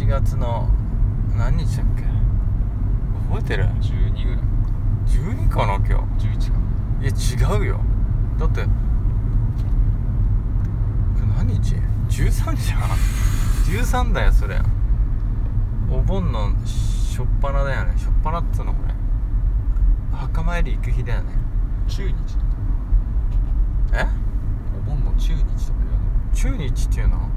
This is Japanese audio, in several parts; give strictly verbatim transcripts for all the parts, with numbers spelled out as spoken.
ちがつの何日だっけ、覚えてる？ じゅうにぐらい。 じゅうにかな、今日じゅういちか。 いや違うよ、だって何日？じゅうさんじゃんじゅうさんだよそれ。お盆のしょっぱなだよね。しょっぱなっつうのこれ墓参り行く日だよね。 中日。 え？ お盆の中日とか言わない？ 中日っていうの？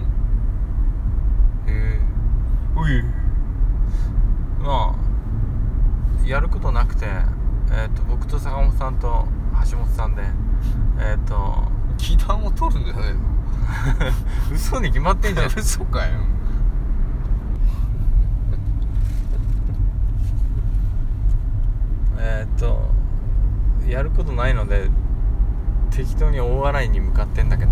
うん。 へえ。おい。まあやることなくて、えっと僕と坂本さんと橋本さんでえっと祈願を取るんじゃないの？ 嘘に決まってんじゃん。 嘘かよ。 えっとやることないので適当に大洗に向かってんだけど。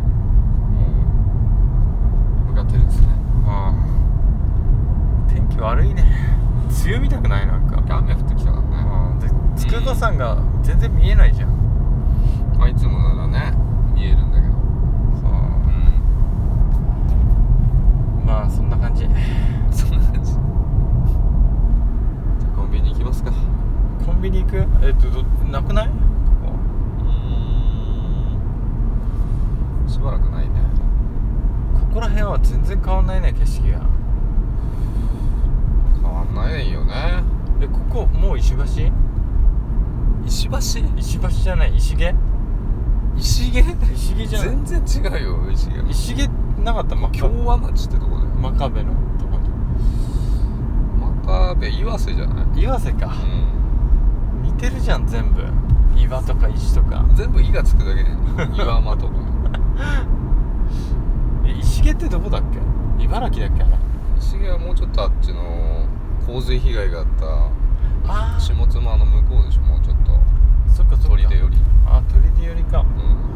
向かってるんですね。 ああ、天気悪いね。梅雨みたくない？なんか雨降ってきたからね。 うんで筑波山が全然見えないじゃん。 まあいつもならね見えるんだけど。 そう、 うん、 まあそんな感じ。 そんな感じ。じゃあコンビニ行きますか。 コンビニ行く？えっとどなくない？ここうーん、しばらくないね。 ここら辺は全然変わんないね、景色が。 変わんないよね。 え、ここもう石橋？ 石橋？ 石橋じゃない、石毛？ 石毛？ 石毛じゃない？ 全然違うよ、石毛。 石毛なかった？ 京和町ってとこだよ。 真壁のとこに。 真壁、岩瀬じゃない？ 岩瀬か、 うん、 似てるじゃん全部。岩とか石とか全部「い」がつくだけで岩間とかえ、石毛ってどこだっけ？茨城だっけあれ？ 石毛はもうちょっとあっちの洪水被害があったあ下妻の向こうでしょ。もうちょっとそっかそっか、 砦より。 あ、砦よりか。 うん、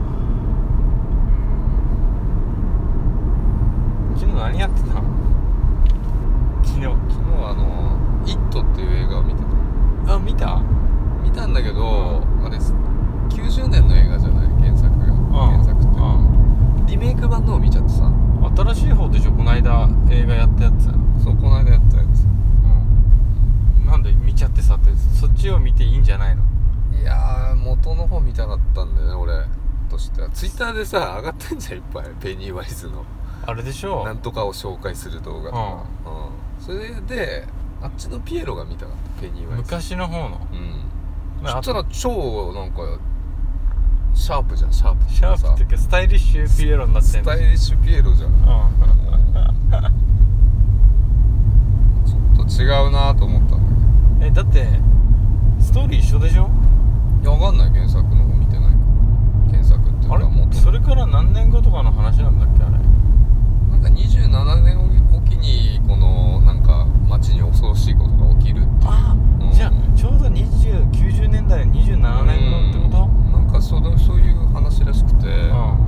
昨日何やってたの？昨日昨日あの「イット!」っていう映画を見てた。 あ、見た？ 見たんだけど、うん、あれきゅうじゅうねんの映画じゃない、原作が、うん、原作って、うん、リメイク版のを見ちゃってさ。 新しい方でしょ、この間映画やったやつ。 そう、この間やったやつ。 うん、なんで見ちゃってさって、そっちを見ていいんじゃないの？ いやー、元の方見たかったんだよね、俺としては。ツイッターでさ上がってんじゃん、いっぱい。ペニーワイズのあれでしょ、 なんとかを紹介する動画とか、うんうん、それであっちのピエロが見たかった。ペニーワイズ昔の方の。 うん、 まあ、 そしたら超なんかシャープじゃん。シャープシャープっていうかスタイリッシュピエロになってんの。 スタイリッシュピエロじゃん、うん、ちょっと違うなと思ったんだけど。 え、だってストーリー一緒でしょ？ いや、わかんない、原作の方見てないから。原作っていうか、 あれ元それから何年後とかの話なんだっけあれ。 なんかにじゅうななねんおきにこのなんか街に恐ろしいことが起きるっていう。 あ、 うん、 じゃあちょうどにじゅう、きゅうじゅうねんだいのにじゅうななねんごってこと？ なんかそのそういう話らしくて、うん、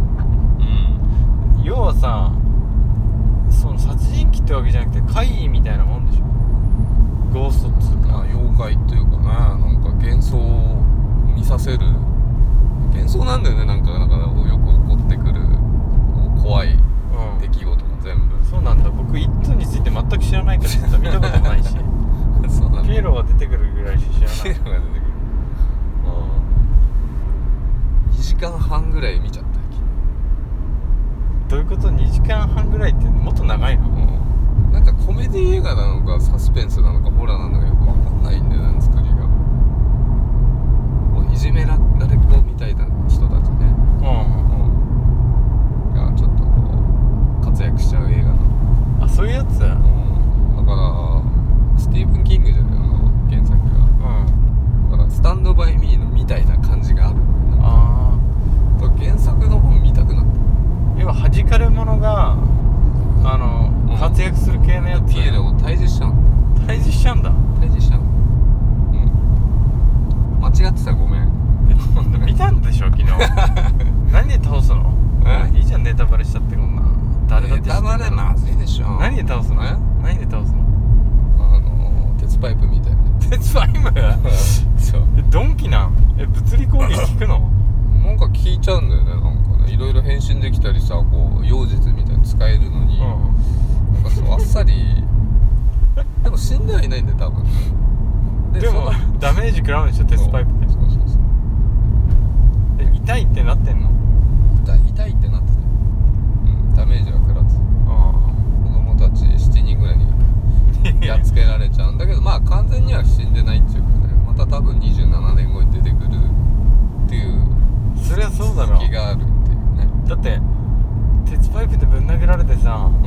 うん、要はさ、その殺人鬼ってわけじゃなくて怪異みたいなもんでしょ。ゴーストっつうか、 妖怪っていうかね、なんか幻想を見させる幻想なんだよね。なんかなんかよく起こってくる怖い出来事が全部、 うん、そうなんだ。僕イットについて全く知らないから実は見たことないしそうなんだ。 ピエロが出てくるぐらいしか知らない。 ピエロが出てくる。にじかんはんぐらい見ちゃったよ。 どういうこと？にじかんはんぐらいってもっと長いの？ うん、なんかコメディ映画なのかサスペンスなのかホラーなのかよくわかんないんだよね、作りが。もういじめられっ子みたいな人たちね、うんうん、がちょっとこう活躍しちゃう映画なの。 あ、そういうやつ？うん、 だからスティーブン・キングじゃない、あの原作が、うん、だからスタンドバイミーのみたいな感じがある。ああ、原作の本見たくなった。 要は弾かれ者があの、うん、活躍する系のやつ。 ピエロを退治しちゃうの。 退治しちゃうんだ。 退治しちゃうの。うん、間違ってたらごめん。 見たんでしょ昨日何で倒すの？いいじゃん、ネタバレしちゃって。こんな誰だって知ってる。 ネタバレまずいでしょ。 何で倒すの？何で倒すの？ あの鉄パイプみたいな。 鉄パイプそうえ、ドンキなん？え、物理攻撃効くの？ なんか聞いちゃうんだよね。なんかね、いろいろ変身できたりさ、こう妖術みたいに使えるのに、うん、なんかそうあっさりダメージ食らうんでしょ鉄パイプって。 そうそうそうで痛いってなってんの？ 痛い痛いってなってたよ、うん、ダメージは食らってた。 あ子供たちしちにんぐらいにやっつけられちゃうんだけどまあ完全には死んでないっていうかね、また多分にじゅうななねんごに出てくるっていうそりゃそうだろ。 気があるっていうね。 だって鉄パイプでぶん投げられてさ、 うん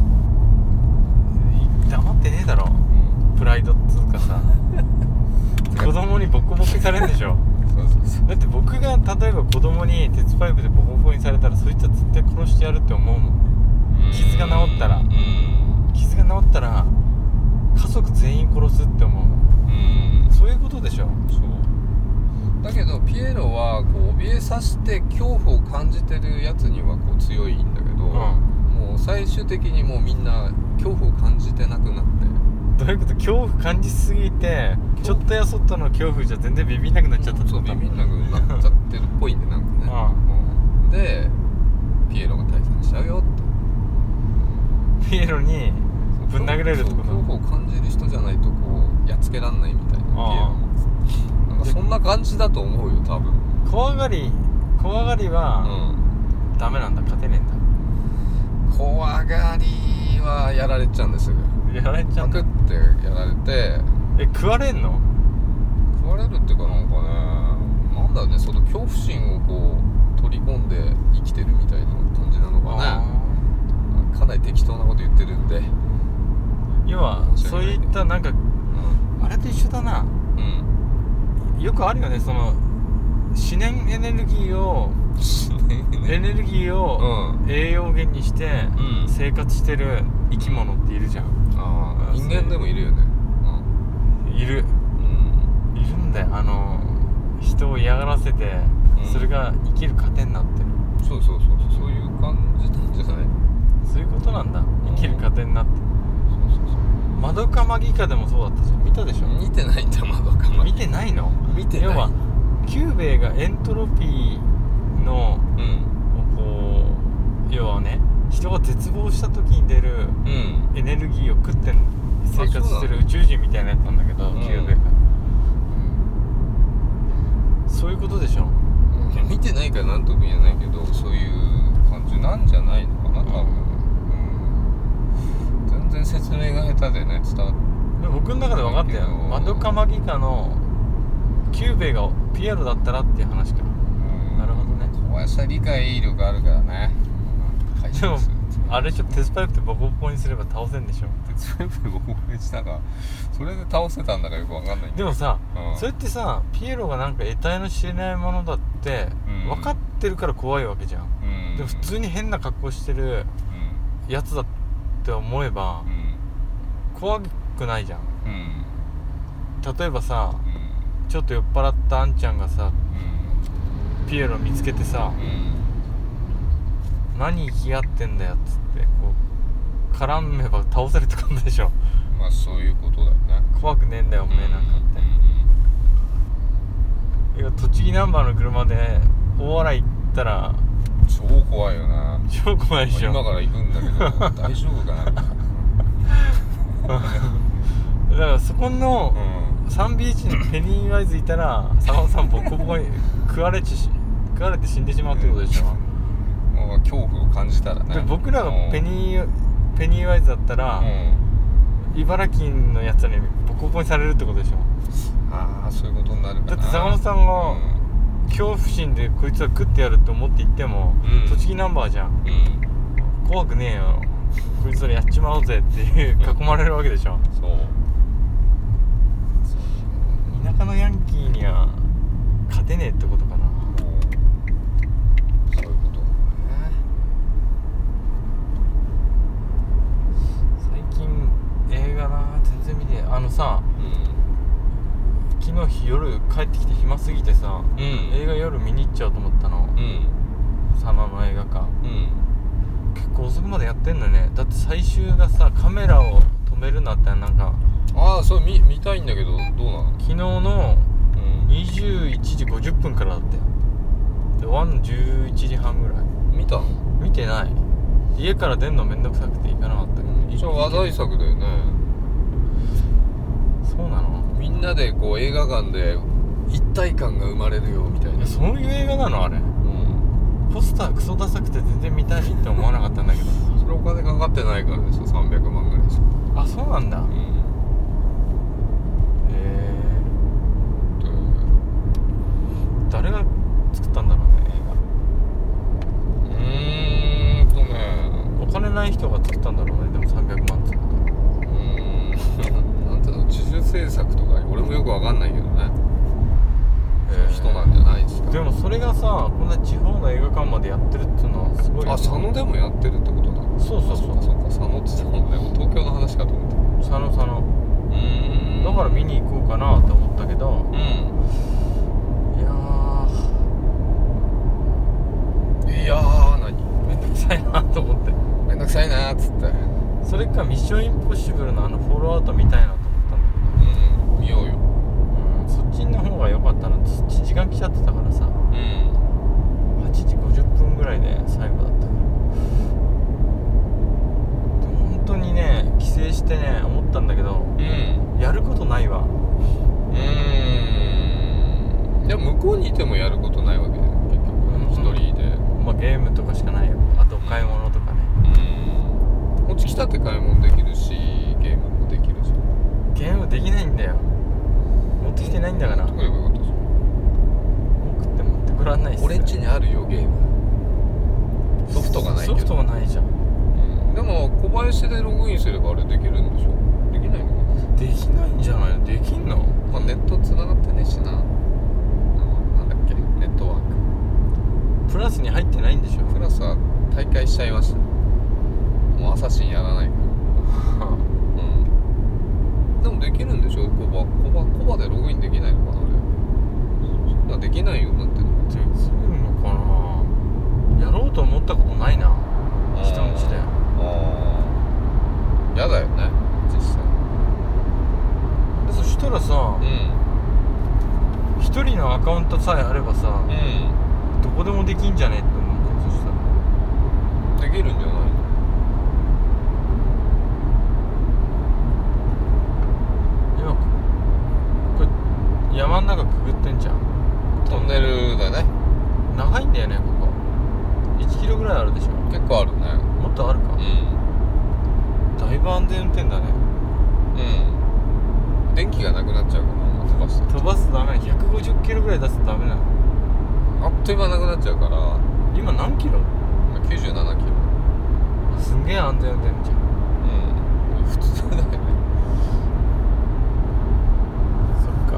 黙ってねえだろ、 うん、 プライドっつうかさ子供にボコボコされんでしょそうそうそう。 だって僕が例えば子供に鉄パイプでボコボコにされたらそいつは絶対殺してやるって思うもん。傷が治ったらうん傷が治ったら家族全員殺すって思うもん。 うんそういうことでしょ。 そうだけどピエロはこう怯えさせて恐怖を感じてるやつにはこう強いんだけど、 うん、 もう最終的にもうみんな恐怖を感じてなくなって。 どういうこと？恐怖感じすぎてちょっとやそっとの恐怖じゃ全然ビビんなくなっちゃったってそうこと？ ビビんなくなっちゃってるっぽいんでなんかね、うん、でピエロが退散しちゃうよってピエロにぶん殴れるってこと？ 恐怖を感じる人じゃないとこうやっつけらんないみたいな。ピエロもなんかそんな感じだと思うよ多分。 怖がり怖がりは、うん、ダメなんだ、勝てねえんだ。 怖がりはやられちゃうんですよ。 やられちゃうんだ。 パクってやられてえ食われんの？ 食われるっていうかなんかね、なんだろうね、その恐怖心をこう取り込んで生きてるみたいな感じなのかね。かなり適当なこと言ってるんで。 要はそういったなんか、うん、あれと一緒だな、うん、よくあるよね、その思念エネルギーをエネルギーを栄養源にして生活してる生き物っているじゃん。 ああ、人間でもいるよね、 うん、いる、うん、いるんだよ。あの人を嫌がらせて、うん、それが生きる糧になってる。 そうそうそうそう、そういう感じなんじゃない？ そういうことなんだ、生きる糧になってる。 そうそうそう。 マドカマギカでもそうだったじゃん。見たでしょ？ 見てないんだよ、マドカマギカ。 見てないの？ 見てない。 要はキューベイがエントロピーの、うん、こう要はね、人が絶望した時に出るエネルギーを食って生活してる宇宙人みたいなやつなんだけど、キューベイが、うん、そういうことでしょ。 いや見てないから何とも言えないけど、そういう感じなんじゃないのかな多分、うん、全然説明が下手でね伝わって。 で僕の中で分かったよ。マドカマギカのキューベイがピエロだったらっていう話か。なるほどね。 小林は理解力あるからね。 でもあれちょっと鉄パイプでボコボコにすれば倒せんでしょ。 鉄パイプでボコボコにしたらそれで倒せたんだかよく分かんないんだけど。 でもさ、 うん、それってさ、ピエロがなんか得体の知れないものだって分かってるから怖いわけじゃん、うん、でも普通に変な格好してるやつだって思えば、うん、怖くないじゃん、うん、例えばさ、うん、ちょっと酔っ払ったあんちゃんがさ、うん、ピエロ見つけてさ、うん、何生きがってんだよっつってこう絡めば倒されてくんでしょ。 まあそういうことだよね。 怖くねえんだよおめえなんかって、うん、いや栃木ナンバーの車で大洗行ったら超怖いよな。 超怖いでしょ、 まあ、今から行くんだけど大丈夫かなだからそこの、うん、サンビーチにペニーワイズいたら坂本さんボコボコに食われて食われて死んでしまうってことでしょ、 うん、恐怖を感じたらね。 で僕らがペニー、ペニーワイズだったら、うん、茨城のやつにボコボコにされるってことでしょ。 ああそういうことになるかな。 だって坂本さんが、うん、恐怖心でこいつは食ってやるって思って行っても、うん、栃木ナンバーじゃん、うん、怖くねえよこいつらやっちまおうぜっていう囲まれるわけでしょ。 そう田舎のヤンキーには勝てねえってことかな。 そういうことだね。 最近映画な全然見てあのさ、うん、昨日夜帰ってきて暇すぎてさ、うん、映画夜見に行っちゃおうと思ったの、うん、佐野の映画館、うん、結構遅くまでやってんのね。だって最終がさカメラを止めるなってなんかああそれ 見, 見たいんだけどどうなの。 昨日のにじゅういちじごじゅっぷんからだったよ。で終わんのじゅういちじはんぐらい。 見たの？ 見てない。家から出んのめんどくさくて行かなかったけど。 一応話題作だよね。 そうなの？ みんなでこう映画館で一体感が生まれるよみたいな。 そういう映画なのあれ。うん。ポスタークソダサくて全然見たいって思わなかったんだけどそれお金かかってないからでしょ。さんびゃくまんぐらいでしょ。 あ、そうなんだ。うん。へえー、誰が作ったんだろうね映画。うーんとねお金ない人が作ったんだろうね。でもさんびゃくまんってことは。 うーんなんていうの、自主制作とか俺もよくわかんないけどね、そういう人なんじゃないですか。 でもそれがさ、こんな地方の映画館までやってるっていうのはすごい。 あ、佐野でもやってるってことだ。 そうそうそう。 そうか佐野って言ってもね、東京の話かと思って。 佐野佐野。 うーん。 だから見に行こうかなって思ったけど、うん。いやーいやー何めんどくさいなと思って。 めんどくさいなーっつって。 それかミッションインポッシブルのあのフォローアウト見たいなと思ったんだけど。 うん、見ようよ。 うん、そっちの方が良かったな。そっち時間来ちゃってたからさ。うん。はちじごじゅっぷんぐらいで最後だったから。でも本当にね、帰省してね思ったんだけど、うん、やることないわ。うーん。でも向こうにいてもやることないわけだよ結局。一、うん、人で。 まあゲームとかしかないよ。あと買い物とかね。 うん。こっち来たって買い物できるし、ゲームもできるし。 ゲームできないんだよ。持ってきてないんだから。持ってくればよかったじゃん。送って持ってくらんないっすよ。 俺ん家にあるよゲーム。ソフトがないけど。 ソフトがないじゃん。うん、 でも小林でログインすればあれできるんでしょ。できないのかな。 できないんじゃないの。できんの。 まあ、ネット繋がってねえしな。なんだっけ、ネットワーク。 プラスに入ってないんでしょ。 プラスは大会しちゃいました。もうアサシンやらないから。はあ、うん。でもできるんでしょ。コバコバコバでログインできないのかなあれ。そんなできないようになってる。 できるのかな。やろうと思ったことないな。人んちで。 ああ。やだよね実際。 でそしたらさ、一、うん、人のアカウントさえあればさ、うん、どこでもできんじゃねえって思うけど、そしたらできるんじゃないの。 今これ山の中くぐってんじゃん。 トンネルだね。 長いんだよねここ。いちキロぐらいあるでしょ。 結構あるね。 もっとあるか。うん。だいぶ安全運転だね。 うん。電気がなくなっちゃうから飛ばして飛ばすとダメ。ひゃくごじゅっキロぐらい出すとダメなの。 あっという間なくなっちゃうから。 今何キロ？ きゅうじゅうななキロ。 すんげえ安全運転じゃん。 うん。普通だよね。 そっか。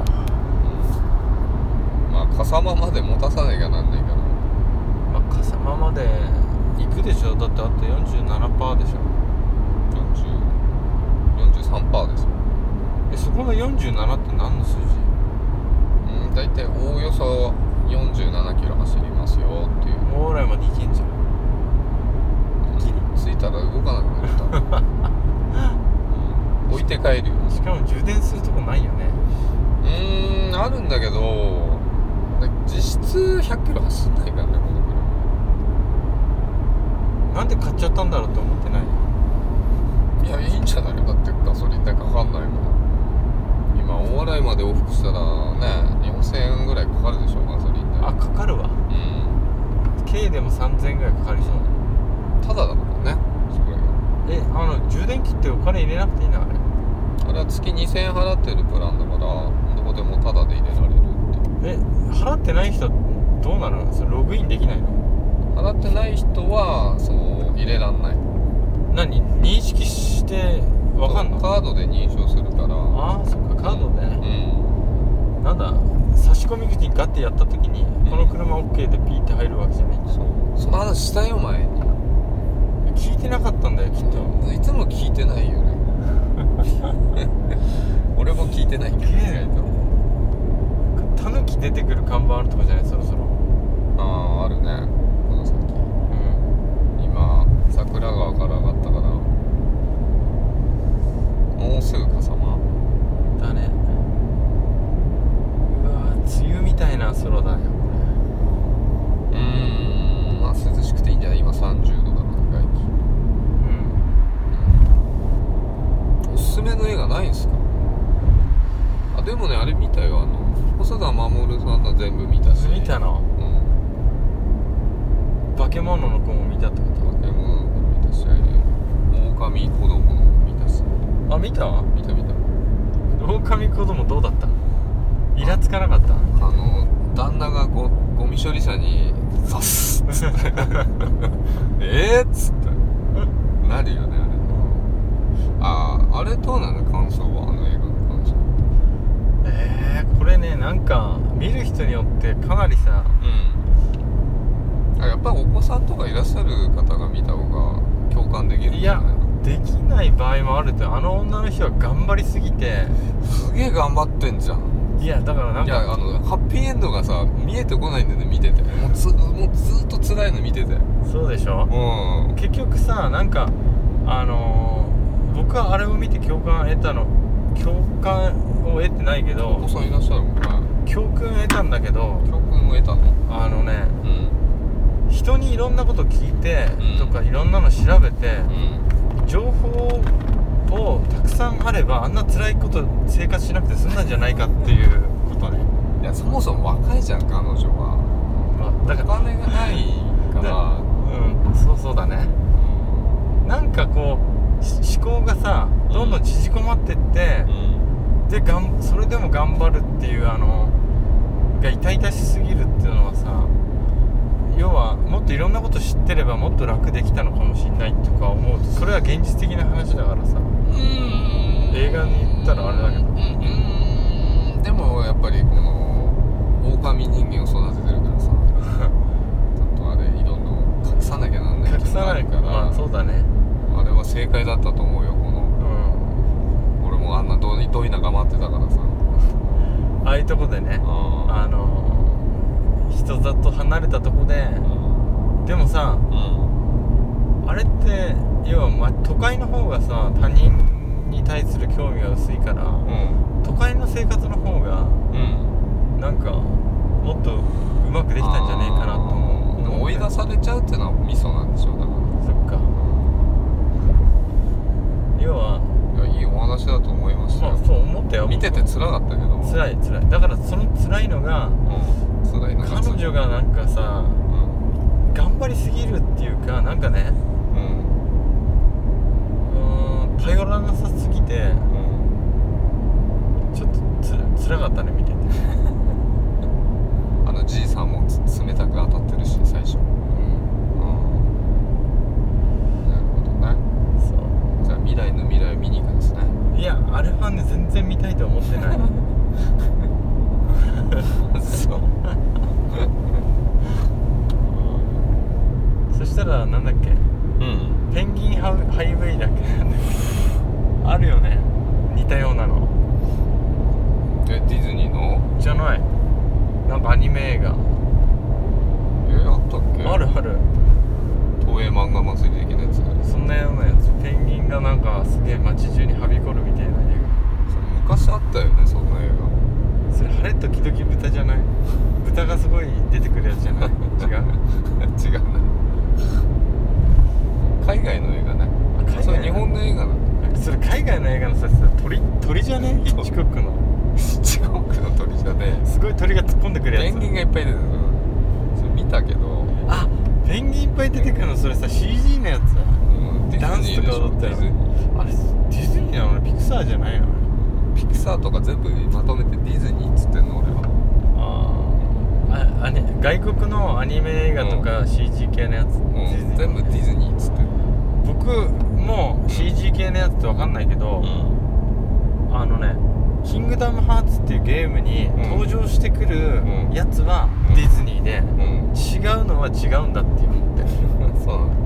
うん。まあ笠間まで持たさなきゃなんないから。 まあ笠間まで行くでしょ。だってあと よんじゅうななパーセント でしょ。 よんじゅう、よんじゅうさんパーセント ですよ。 え、そこのよんじゅうななって何の数字？ うん、だいたいおおよそよんじゅうななキロ走りますよっていう。 大洗まで行けんじゃん。 ギリ着いたら動かなくなった、うん、置いて帰るよ。 しかも充電するとこないよね。 うーん、あるんだけど実質ひゃっキロ走んないからねこの車。 なんで買っちゃったんだろうって思ってない？ いや、いいんじゃないよ。だってガソリン代かかんないもん。今大洗まで往復したらねよんせんえんぐらいかかるでしょガソリン代。 あ、かかるわ。うん。軽でもさんぜんえんぐらいかかりそう。 ただだからねそれが。 え、あの充電器ってお金入れなくていいなあれ。 あれは月にせんえん払ってるプランだからどこでもタダで入れられるっていう。 え、払ってない人どうなるの？それログインできないの？ 払ってない人はそう入れらんない。 何？認識してわかんの？ カードで認証するから。 ああ、そっか、カードでね。 うん。 なんだ、差し込み口にガッてやった時に、うん、この車 OK でピーって入るわけじゃない。 そう。その話したよ前に。 聞いてなかったんだよきっと。 いつも聞いてないよね。俺も聞いてないけど。 タヌキ出てくる看板あるとこじゃないそろそろ。 ああ、あるねこの先。うん。今桜川から上がったからもうすぐ笠間だね。うわー、梅雨みたいな空だよこれ。 うーん、まあ涼しくていいんじゃない。今さんじゅうどだから外気。うん、うん、おすすめの映画ないんすか？あ、でも田守さんの全部見たし。 見たの。 うん。 化け物の子も見たってこと？ 化け物の子も見たし、狼子供のも見たし。 あ、見た？ 見た見た。 狼子供どうだった？イラつかなかった？ あの旦那がゴゴミ処理車に刺すっつってえーっつってなるよね、あれ。ああ、あれどうなの感想は、あの映画の感想。 えー、これね、なんか見る人によってかなりさ、 うん、あ、やっぱりお子さんとかいらっしゃる方が見た方が共感できるんじゃないの？ いや、できない場合もあるって。あの女の人は頑張りすぎて、 すげえ頑張ってんじゃん。 いや、だからなんか、 いや、あのハッピーエンドがさ見えてこないんだよね、見てて。もうずもうずっと辛いの見てて。 そうでしょ。 うん。 結局さ、なんかあのー、僕はあれを見て共感を得たの共感を得てないけど、 お子さんいらっしゃるもんね。 教訓を得たんだけど、 教訓を得たの？ あのね、 うん、 人にいろんなこと聞いて、 うん、 とかいろんなの調べて、 うん、 情報をたくさんあればあんな辛いこと生活しなくて済んだんじゃないかっていうことね。 いや、そもそも若いじゃん、彼女は。 まあ、だからお金がないから。 うん、そうそうだね。なんかこう思考がさどんどん縮こまってって、うん、でがんそれでも頑張るっていうあのが痛々しすぎるっていうのはさ、要はもっといろんなこと知ってればもっと楽できたのかもしれないとか思うと、それは現実的な話だからさ、うん、映画に言ったらあれだけど、うんうん、でもやっぱりこの狼人間を育ててるからさちょっとあれいろんな隠さなきゃなんない隠さないから、まあそうだね。 あれは正解だったと思うよ、この、うん、俺もあんなどいどいなが待ってたからさ、 ああいうとこでね、あの人里離れたとこで、うん、でもさ、うん、あれって要は、ま、都会の方がさ他人に対する興味が薄いから、うん、都会の生活の方が、うん、なんかもっとうまくできたんじゃねえかなと思う。 でも追い出されちゃうっていうのはミソなんでしょう、だから。 そっか。要はいや、いいお話だと思いましたよ。 まあ、そう思ったよ。 見てて辛かったけど。 辛い辛い。だからその辛いのが、うん、辛いのが彼女がなんかさ、うん、頑張りすぎるっていうか、なんかね、うん、うーん、頼らなさすぎて、うん、ちょっとつ辛かったね、見てて。 あのじいさんもつ冷たく当たってるし、最初。うん、なるほどね。そう。じゃあ未来の未来を見に行くんですね。 いや、あれはね全然見たいと思ってない。そう。そしたらなんだっけ、うん、ペンギンハイウェイだっけあるよね、似たようなの。 え、ディズニーの？ じゃない、なんかアニメ映画。 え、あったっけ？ あるある。 東映漫画祭り的なやつ。 そんなようなやつ。ペンギンがなんかすげえ街中にはびこるみたいな映画。それ昔あったよね、そんな映画。それハレットキドキ豚じゃない？豚がすごい出てくるやつじゃない？違う？ 違うね。海外の映画ね。あ、海外？それ日本の映画なの？ それ海外の映画のさ、鳥鳥じゃね？ヒッチコックの。 ヒッチコックの鳥じゃねえ。 すごい鳥が突っ込んでくるやつ。 ペンギンがいっぱい出てくる。それ見たけど。 あ、ペンギンいっぱい出てくるの、それさ シージー のやつさ、うん、ダンスとか踊ったよ。あれディズニーなの？ピクサーじゃないの？ ピクサーとか全部まとめてディズニーっつってんの、俺は。 ああ、あね、外国のアニメ映画とか シージー 系のやつ、うん、 全部ディズニーっつってる。 僕も シージー 系のやつって分かんないけど、うん、あのね、キングダムハーツっていうゲームに登場してくるやつはディズニーで、うんうん、違うのは違うんだって思ってる。 そうなの？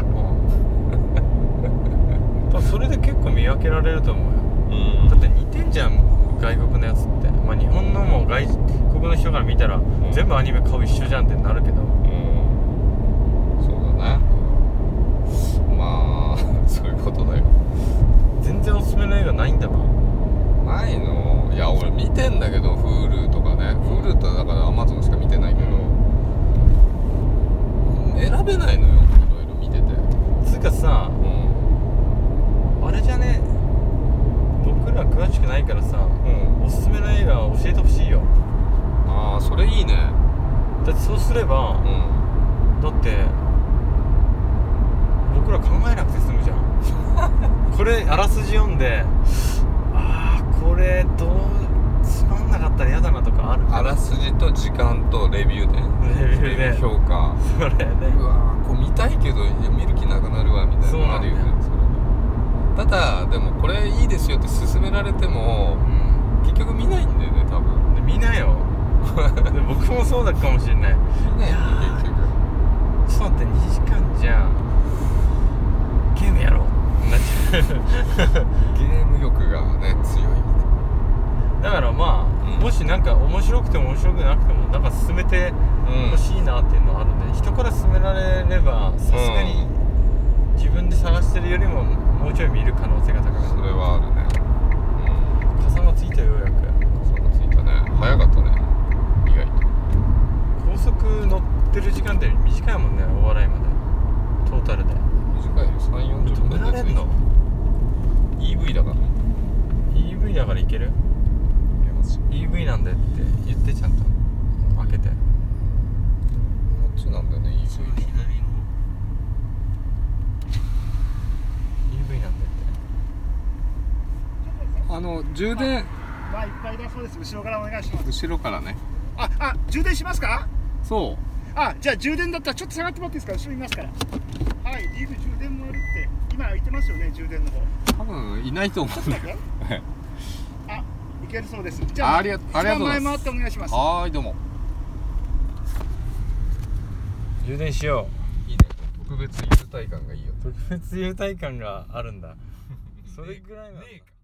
うん、それで結構見分けられると思うよ、うん、だって似てんじゃん、外国のやつって。まあ日本のも外国の人から見たら、うん、全部アニメ顔一緒じゃんってなるけど、うん、 そうだね。まあそういうことだよ。 全然おすすめの映画ないんだわ。 ないの？いや、俺見てんだけど、Hulu とかね。Hulu ってだから Amazon しか見てないけど、うん、選べないのよ、いろいろ見てて。 つうかさ、うん、あれじゃね、僕ら詳しくないからさ、うん、おすすめの映画を教えてほしいよ。 ああ、 すれば、うん、だって僕ら考えなくて済むじゃんこれあらすじ読んで、ああこれどうつまんなかったら嫌だなとかある。 あらすじと時間とレビューでレビューで評価、 それね、 うわこう見たいけどいや見る気なくなるわみたいなのあるよね。それただでもこれいいですよって勧められても、うん、結局見ないんだよね多分。 で見なよで僕もそうだかもしれない。 見ないよ結局。 ちょっと待って、にじかんじゃんゲームやろうなっちゃうゲーム欲がね強い。 だからまあ、うん、もしなんか面白くても面白くなくてもなんか進めてほしいなっていうのはあるんで、うん、人から勧められればさすがに自分で探してるよりももうちょい見る可能性が高くなる。 それはあるね、 うん、傘がついたようやく。 傘がついたね。早かったね意外と。 高速乗ってる時間って短いもんね、大洗までトータルで。 短いよ、さんじゅうよんじゅっぷんで。 止められんの？ イーブイ だから。 イーブイ だからいける？ イーブイ なんでって言ってちゃんと開けて。こっちなんだよね イーブイ。 左の イーブイ なんでって。 あの充電まあいっぱいだそうです。後ろからお願いします。 後ろからね。 ああ充電しますか？ そう。 あじゃあ充電だったらちょっと下がってもらっていいですか？後ろいますから。はい、リーグ充電もあるって今空いてますよね、充電の方。 多分いないと思うんだけど。 あ、いけるそうです。じゃあ、 ありがとうございます。 一番前回ってお願いします。 はーい、どうも。 充電しよう。いいね。特別優待感がいいよ。 特別優待感があるんだそれぐらいなんだ。ねえか。